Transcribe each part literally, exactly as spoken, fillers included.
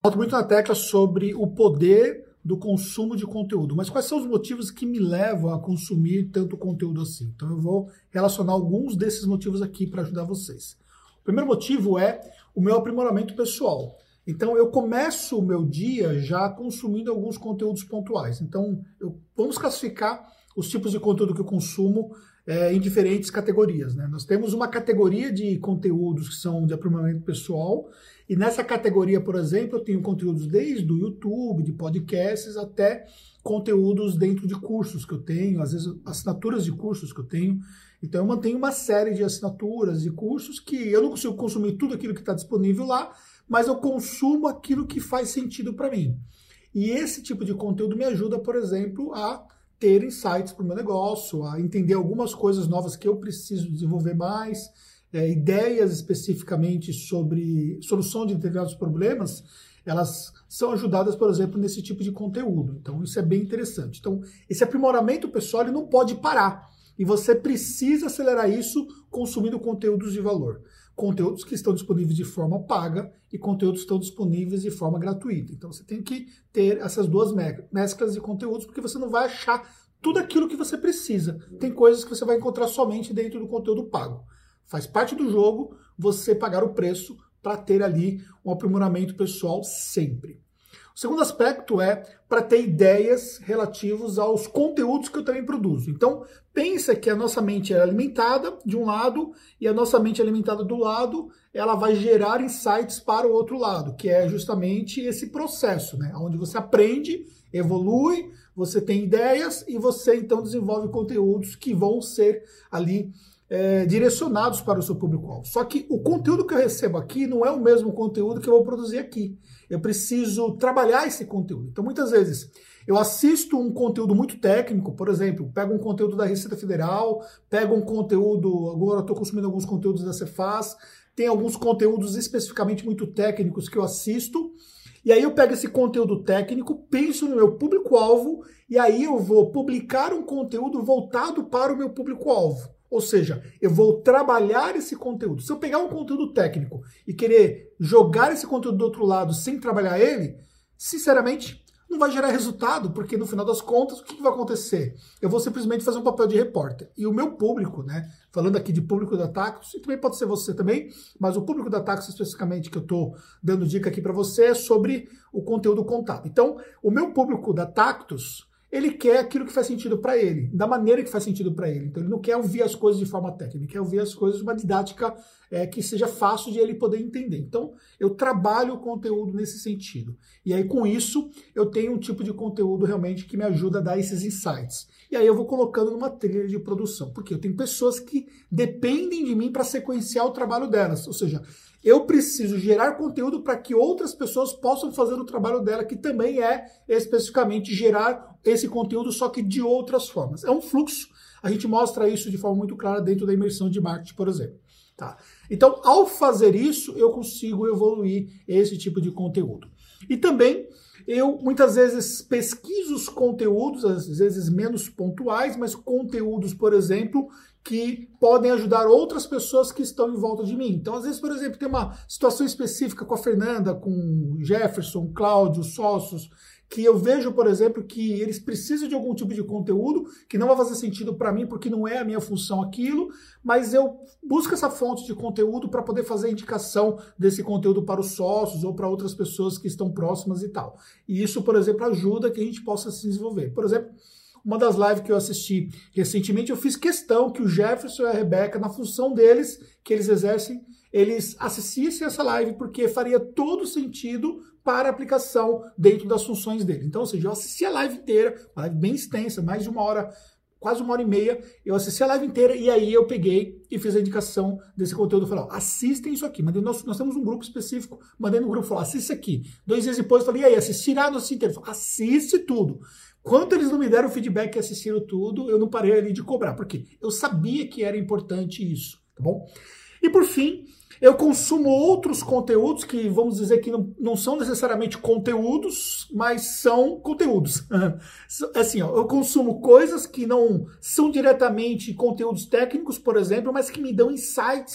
Bato muito na tecla sobre o poder do consumo de conteúdo, mas quais são os motivos que me levam a consumir tanto conteúdo assim? Então eu vou relacionar alguns desses motivos aqui para ajudar vocês. O primeiro motivo é o meu aprimoramento pessoal. Então eu começo o meu dia já consumindo alguns conteúdos pontuais. Então eu, vamos classificar os tipos de conteúdo que eu consumo é, em diferentes categorias, né? Nós temos uma categoria de conteúdos que são de aprimoramento pessoal, e nessa categoria, por exemplo, eu tenho conteúdos desde o YouTube, de podcasts, até conteúdos dentro de cursos que eu tenho, às vezes assinaturas de cursos que eu tenho. Então eu mantenho uma série de assinaturas de cursos que eu não consigo consumir tudo aquilo que está disponível lá, mas eu consumo aquilo que faz sentido para mim. E esse tipo de conteúdo me ajuda, por exemplo, a ter insights para o meu negócio, a entender algumas coisas novas que eu preciso desenvolver mais, é, ideias especificamente sobre solução de determinados problemas, elas são ajudadas, por exemplo, nesse tipo de conteúdo. Então isso é bem interessante. Então esse aprimoramento pessoal ele não pode parar, e você precisa acelerar isso consumindo conteúdos de valor. Conteúdos que estão disponíveis de forma paga e conteúdos que estão disponíveis de forma gratuita. Então você tem que ter essas duas mesclas de conteúdos, porque você não vai achar tudo aquilo que você precisa. Tem coisas que você vai encontrar somente dentro do conteúdo pago. Faz parte do jogo você pagar o preço para ter ali um aprimoramento pessoal sempre. O segundo aspecto é para ter ideias relativas aos conteúdos que eu também produzo. Então, pensa que a nossa mente é alimentada de um lado e a nossa mente alimentada do lado, ela vai gerar insights para o outro lado, que é justamente esse processo, né? Onde você aprende, evolui, você tem ideias e você então desenvolve conteúdos que vão ser ali É, direcionados para o seu público-alvo. Só que o conteúdo que eu recebo aqui não é o mesmo conteúdo que eu vou produzir aqui. Eu preciso trabalhar esse conteúdo. Então, muitas vezes, eu assisto um conteúdo muito técnico, por exemplo, pego um conteúdo da Receita Federal, pego um conteúdo, agora eu estou consumindo alguns conteúdos da Cefaz, tem alguns conteúdos especificamente muito técnicos que eu assisto, e aí eu pego esse conteúdo técnico, penso no meu público-alvo, e aí eu vou publicar um conteúdo voltado para o meu público-alvo. Ou seja, eu vou trabalhar esse conteúdo. Se eu pegar um conteúdo técnico e querer jogar esse conteúdo do outro lado sem trabalhar ele, sinceramente, não vai gerar resultado, porque no final das contas, o que vai acontecer? Eu vou simplesmente fazer um papel de repórter. E o meu público, né, falando aqui de público da Tactus, e também pode ser você também, mas o público da Tactus especificamente que eu estou dando dica aqui para você é sobre o conteúdo contábil. Então, o meu público da Tactus, ele quer aquilo que faz sentido para ele, da maneira que faz sentido para ele. Então ele não quer ouvir as coisas de forma técnica, ele quer ouvir as coisas de uma didática é, que seja fácil de ele poder entender. Então eu trabalho o conteúdo nesse sentido. E aí com isso eu tenho um tipo de conteúdo realmente que me ajuda a dar esses insights. E aí eu vou colocando numa trilha de produção, porque eu tenho pessoas que dependem de mim para sequenciar o trabalho delas. Ou seja, eu preciso gerar conteúdo para que outras pessoas possam fazer o trabalho dela, que também é especificamente gerar esse conteúdo, só que de outras formas. É um fluxo, a gente mostra isso de forma muito clara dentro da imersão de marketing, por exemplo. Tá? Então, ao fazer isso, eu consigo evoluir esse tipo de conteúdo. E também, eu muitas vezes pesquiso os conteúdos, às vezes menos pontuais, mas conteúdos, por exemplo, que podem ajudar outras pessoas que estão em volta de mim. Então, às vezes, por exemplo, tem uma situação específica com a Fernanda, com o Jefferson, Cláudio, sócios, que eu vejo, por exemplo, que eles precisam de algum tipo de conteúdo que não vai fazer sentido para mim, porque não é a minha função aquilo, mas eu busco essa fonte de conteúdo para poder fazer a indicação desse conteúdo para os sócios ou para outras pessoas que estão próximas e tal. E isso, por exemplo, ajuda que a gente possa se desenvolver. Por exemplo, uma das lives que eu assisti recentemente, eu fiz questão que o Jefferson e a Rebeca, na função deles, que eles exercem, eles assistissem essa live, porque faria todo sentido para a aplicação dentro das funções dele. Então, ou seja, eu assisti a live inteira, uma live bem extensa, mais de uma hora, quase uma hora e meia, eu assisti a live inteira e aí eu peguei e fiz a indicação desse conteúdo. Eu falei, ó, assistem isso aqui. Mandei, nós, nós temos um grupo específico, mandei no grupo, falei, assiste isso aqui. Dois dias depois, eu falei, e aí, assistirá no assistir inteiro? Falei, assiste tudo. Quando eles não me deram feedback e assistiram tudo, eu não parei ali de cobrar, porque eu sabia que era importante isso, tá bom? E por fim, eu consumo outros conteúdos que, vamos dizer que não, não são necessariamente conteúdos, mas são conteúdos. Assim, ó, eu consumo coisas que não são diretamente conteúdos técnicos, por exemplo, mas que me dão insights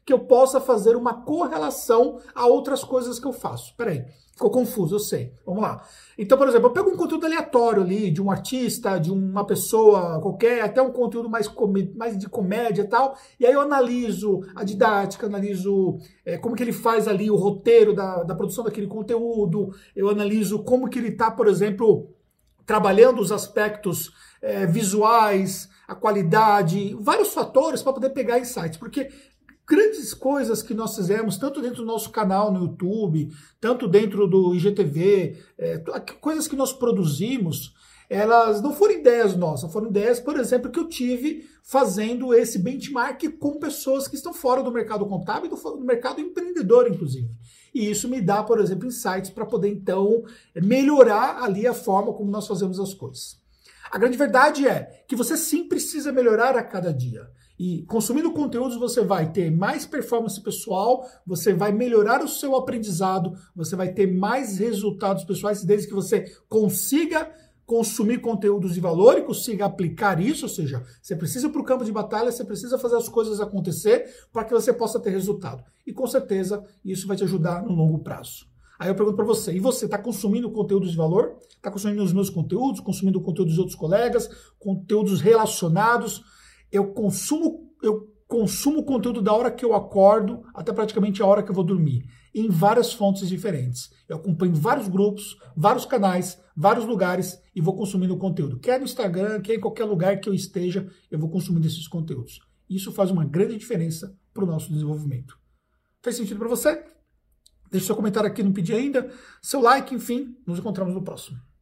que eu possa fazer uma correlação a outras coisas que eu faço. Peraí, ficou confuso, eu sei. Vamos lá. Então, por exemplo, eu pego um conteúdo aleatório ali, de um artista, de uma pessoa qualquer, até um conteúdo mais, mais de comédia e tal, e aí eu analiso a didática, analiso é, como que ele faz ali o roteiro da, da produção daquele conteúdo, eu analiso como que ele está, por exemplo, trabalhando os aspectos é, visuais, a qualidade, vários fatores para poder pegar insights, porque grandes coisas que nós fizemos, tanto dentro do nosso canal no YouTube, tanto dentro do I G T V, é, coisas que nós produzimos, elas não foram ideias nossas, foram ideias, por exemplo, que eu tive fazendo esse benchmark com pessoas que estão fora do mercado contábil e do mercado empreendedor, inclusive. E isso me dá, por exemplo, insights para poder, então, melhorar ali a forma como nós fazemos as coisas. A grande verdade é que você sim precisa melhorar a cada dia. E consumindo conteúdos você vai ter mais performance pessoal, você vai melhorar o seu aprendizado, você vai ter mais resultados pessoais desde que você consiga consumir conteúdos de valor e consiga aplicar isso, ou seja, você precisa ir para o campo de batalha, você precisa fazer as coisas acontecer para que você possa ter resultado. E com certeza isso vai te ajudar no longo prazo. Aí eu pergunto para você, e você está consumindo conteúdos de valor? Está consumindo os meus conteúdos, consumindo conteúdos de outros colegas, conteúdos relacionados? Eu consumo, eu consumo conteúdo da hora que eu acordo até praticamente a hora que eu vou dormir, em várias fontes diferentes. Eu acompanho vários grupos, vários canais, vários lugares e vou consumindo conteúdo. Quer no Instagram, quer em qualquer lugar que eu esteja, eu vou consumindo esses conteúdos. Isso faz uma grande diferença para o nosso desenvolvimento. Fez sentido para você? Deixe seu comentário aqui, não pedi ainda, seu like, enfim, nos encontramos no próximo.